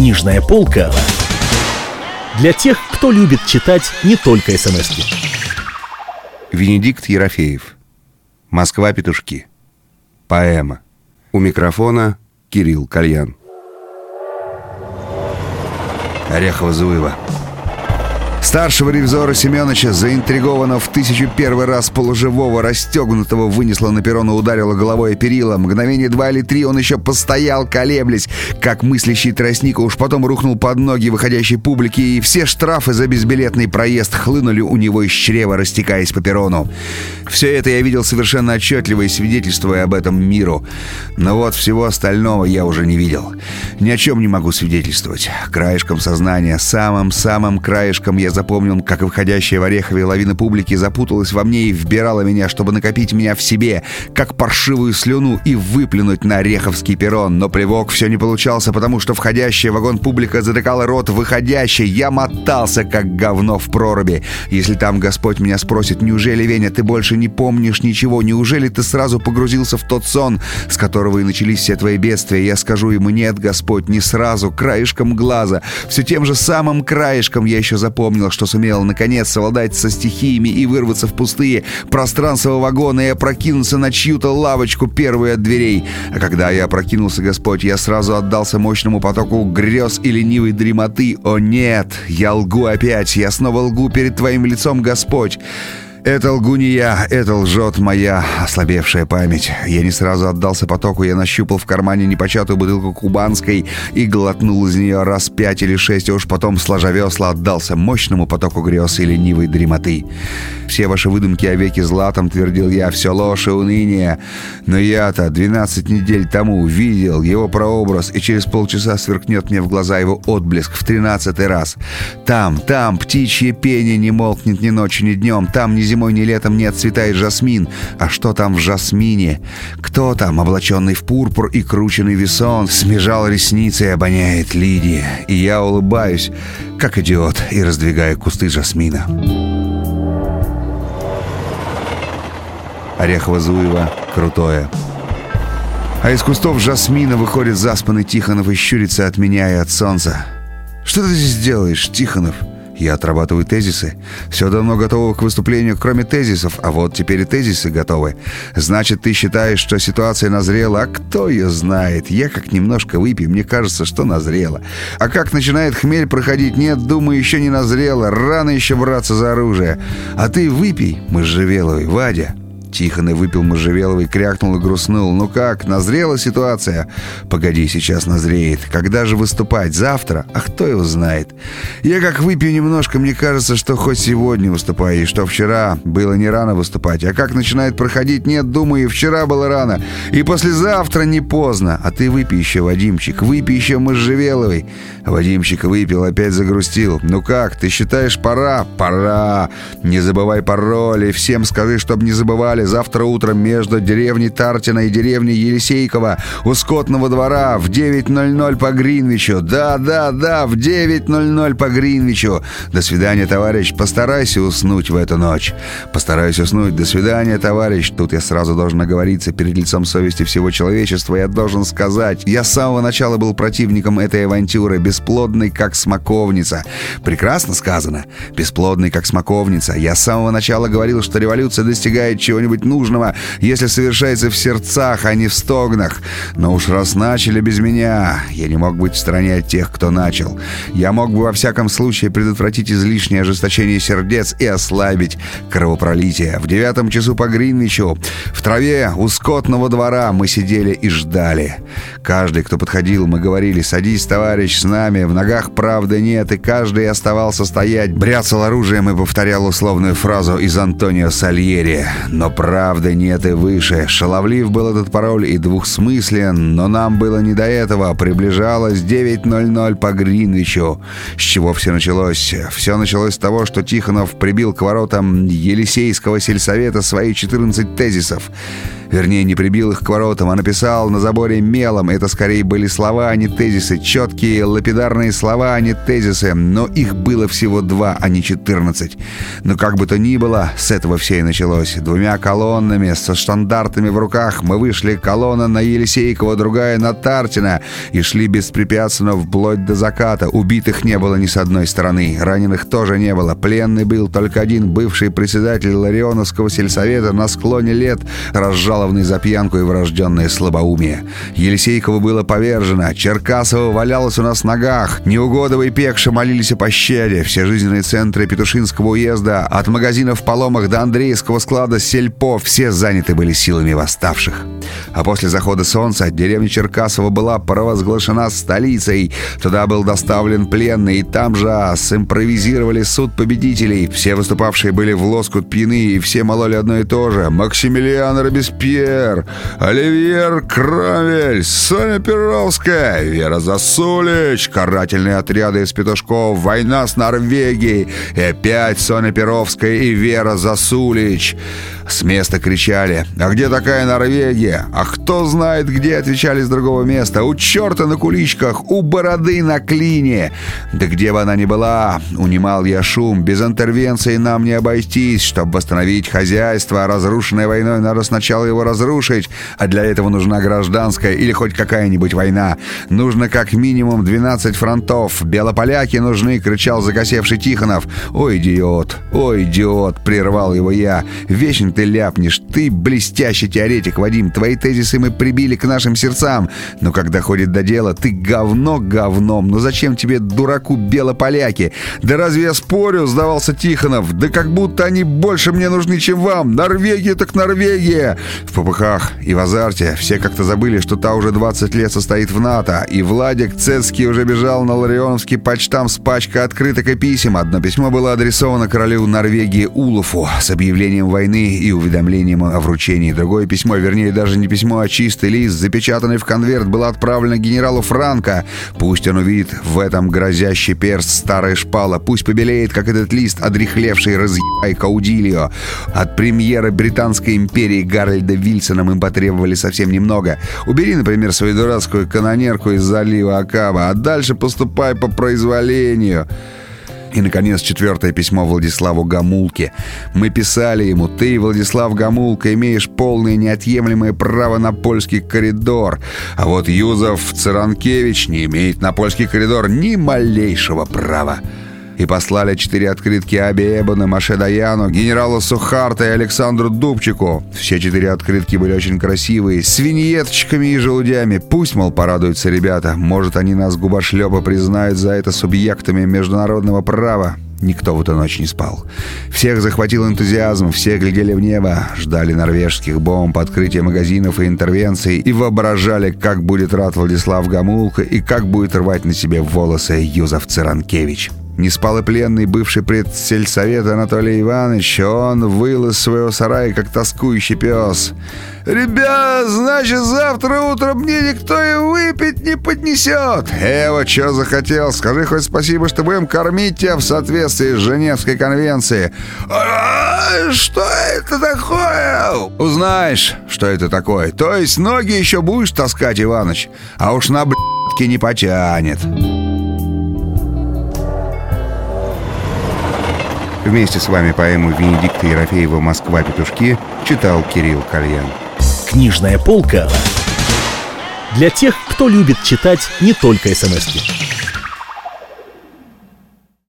Книжная полка для тех, кто любит читать не только смс-ки. Венедикт Ерофеев. «Москва-петушки». Поэма. У микрофона Кирилл Кальян. Орехово-Зуево. Старшего ревизора Семёныча, заинтригованного в 1001 раз полуживого, расстегнутого, вынесло на перрон и ударило головой о перила. Мгновение 2 или 3 он еще постоял, колеблясь, как мыслящий тростник, уж потом рухнул под ноги выходящей публики, и все штрафы за безбилетный проезд хлынули у него из чрева, растекаясь по перрону. Все это я видел совершенно отчетливо и свидетельствуя об этом миру. Но вот всего остального я уже не видел. Ни о чем не могу свидетельствовать. Краешком сознания, самым краешком я запомнил, как выходящая в Орехове лавина публики запуталась во мне и вбирала меня, чтобы накопить меня в себе, как паршивую слюну, и выплюнуть на ореховский перрон. Но плевок все не получался, потому что входящая в вагон публика затыкала рот выходящей. Я мотался, как говно в проруби. Если там Господь меня спросит: неужели, Веня, ты больше не помнишь ничего? Неужели ты сразу погрузился в тот сон, с которого и начались все твои бедствия? Я скажу ему: нет, Господь, не сразу, краешком глаза. Все тем же самым краешком я еще запомнил, что сумел, наконец, совладать со стихиями и вырваться в пустые пространства вагона и опрокинуться на чью-то лавочку, первую от дверей. А когда я опрокинулся, Господь, я сразу отдался мощному потоку грез и ленивой дремоты. О нет, я лгу опять, я снова лгу перед Твоим лицом, Господь. Это лгу не я, это лжет моя ослабевшая память. Я не сразу отдался потоку, я нащупал в кармане непочатую бутылку кубанской и глотнул из нее раз 5 или 6, а уж потом, сложа весла, отдался мощному потоку грез и ленивой дремоты. Все ваши выдумки о веке златом, твердил я, все ложь и уныние. Но я-то 12 недель тому видел его прообраз, и через полчаса сверкнет мне в глаза его отблеск в 13-й раз. Там птичье пение не молкнет ни ночью, ни днем, там ни зимой, ни летом не отцветает жасмин. А что там в жасмине? Кто там, облаченный в пурпур и крученный весон, смежал ресницы и обоняет лидии? И я улыбаюсь, как идиот, и раздвигаю кусты жасмина. Орехово-Зуево крутое. А из кустов жасмина выходит заспанный Тихонов и щурится от меня и от солнца. «Что ты здесь делаешь, Тихонов?» Я отрабатываю тезисы. Все давно готово к выступлению, кроме тезисов. А вот теперь и тезисы готовы. Значит, ты считаешь, что ситуация назрела? А кто ее знает? Я как немножко выпью, мне кажется, что назрела. А как начинает хмель проходить? Нет, думаю, еще не назрела. Рано еще браться за оружие. А ты выпей, Можжевеловый, Вадя. Тихонов выпил Можжевеловый, крякнул и грустнул. «Ну как, назрела ситуация?» «Погоди, сейчас назреет. Когда же выступать? Завтра? А кто его знает? Я как выпью немножко, мне кажется, что хоть сегодня выступаю, и что вчера было не рано выступать. А как начинает проходить? Нет, думаю, и вчера было рано, и послезавтра не поздно. А ты выпей еще, Вадимчик, выпей еще Можжевеловый». Вадимчик выпил, опять загрустил. «Ну как, ты считаешь, пора?» «Пора. Не забывай пароли. Всем скажи, чтоб не забывали. Завтра утром между деревней Тартина и деревней Елисейкова у скотного двора в 9:00 по Гринвичу. Да, в 9:00 по Гринвичу. До свидания, товарищ. Постарайся уснуть в эту ночь». «Постараюсь уснуть. До свидания, товарищ». Тут я сразу должен оговориться перед лицом совести всего человечества. Я должен сказать, я с самого начала был противником этой авантюры, бесплодный, как смоковница. Прекрасно сказано. Бесплодный, как смоковница. Я с самого начала говорил, что революция достигает чего-нибудь нужного, если совершается в сердцах, а не в стогнах. Но уж раз начали без меня, я не мог быть в стороне от тех, кто начал. Я мог бы во всяком случае предотвратить излишнее ожесточение сердец и ослабить кровопролитие. В 9 часу по Гринвичу, в траве у скотного двора мы сидели и ждали. Каждый, кто подходил, мы говорили: «Садись, товарищ, с нами, в ногах правды нет», и каждый оставался стоять, бряцал оружием и повторял условную фразу из Антонио Сальери: «Но правды нет и выше». Шаловлив был этот пароль и двухсмыслен, но нам было не до этого. Приближалось 9:00 по Гринвичу. С чего все началось? Все началось с того, что Тихонов прибил к воротам Елисейского сельсовета свои 14 тезисов. Вернее, не прибил их к воротам, а написал на заборе мелом. Это скорее были слова, а не тезисы. Четкие, лапидарные слова, а не тезисы. Но их было всего 2, а не 14. Но как бы то ни было, с этого все и началось. 2 колоннами, со штандартами в руках мы вышли. Колонна на Елисейкова, другая на Тартина. И шли беспрепятственно вплоть до заката. Убитых не было ни с одной стороны. Раненых тоже не было. Пленный был только один, бывший председатель Ларионовского сельсовета на склоне лет, разжалованный за пьянку и врожденное слабоумие. Елисейкову было повержено. Черкасова валялась у нас в ногах. Неугодова и Пекша молились о пощаде. Все жизненные центры Петушинского уезда, от магазинов в Поломах до Андреевского склада сельпо, все заняты были силами восставших. А после захода солнца деревня Черкасова была провозглашена столицей. Туда был доставлен пленный, и там же симпровизировали суд победителей. Все выступавшие были в лоскут пьяны, и все мололи одно и то же: Максимилиан Робеспьер, Оливьер Кромвель, Соня Перовская, Вера Засулич, карательные отряды из петушков, война с Норвегией, и опять Соня Перовская и Вера Засулич. С места кричали: «А где такая Норвегия? А кто знает где?» Отвечали с другого места: «У черта на куличках, у бороды на клине». Да где бы она ни была, унимал я шум, без интервенции нам не обойтись. Чтобы восстановить хозяйство, разрушенное войной, надо сначала его разрушить, а для этого нужна гражданская или хоть какая-нибудь война. Нужно как минимум 12 фронтов. Белополяки нужны, кричал закосевший Тихонов. Ой, идиот, прервал его я. Вечно ты ляпнешь. Ты блестящий теоретик, Вадим. Твои тезисы мы прибили к нашим сердцам. Но когда ходит до дела, ты говно говном. Но зачем тебе, дураку, белополяки? Да разве я спорю, сдавался Тихонов. Да как будто они больше мне нужны, чем вам. Норвегия так Норвегия. В попыхах и в азарте все как-то забыли, что та уже 20 лет состоит в НАТО. И Владик Цецкий уже бежал на Ларионовский почтам с пачкой открыток и писем. Одно письмо было адресовано королю Норвегии Улуфу с объявлением войны и уведомлением о вручении. Другое письмо, вернее даже не письмо, а чистый лист, запечатанный в конверт, было отправлено генералу Франко. Пусть он увидит в этом грозящий перст старая шпала. Пусть побелеет, как этот лист, одряхлевший разъебай Каудильо. От премьера Британской империи Гарольда Вильсона мы потребовали совсем немного. Убери, например, свою дурацкую канонерку из залива Акаба, а дальше поступай по произволению. И, наконец, 4-е письмо Владиславу Гамулке. Мы писали ему: «Ты, Владислав Гамулка, имеешь полное неотъемлемое право на польский коридор. А вот Юзеф Циранкевич не имеет на польский коридор ни малейшего права». И послали 4 открытки Абе Эбону, Маше Даяну, генералу Сухарта и Александру Дубчику. Все 4 открытки были очень красивые, с виньеточками и желудями. Пусть, мол, порадуются ребята. Может, они нас, губошлепа, признают за это субъектами международного права. Никто в эту ночь не спал. Всех захватил энтузиазм, все глядели в небо, ждали норвежских бомб, открытия магазинов и интервенций, и воображали, как будет рад Владислав Гамулка и как будет рвать на себе волосы Юзеф Циранкевич. Не спал и пленный бывший предсельсовета Анатолий Иванович. Он выл из своего сарая, как тоскующий пес. «Ребят, значит, завтра утром мне никто и выпить не поднесет. Вот что захотел. Скажи хоть спасибо, что будем кормить тебя в соответствии с Женевской конвенцией». «Что это такое?» «Узнаешь, что это такое. То есть ноги еще будешь таскать, Иваныч, а уж на блядки не потянет». Вместе с вами поэму Венедикта Ерофеева «Москва-петушки» читал Кирилл Кальян. Книжная полка для тех, кто любит читать не только смс-ки.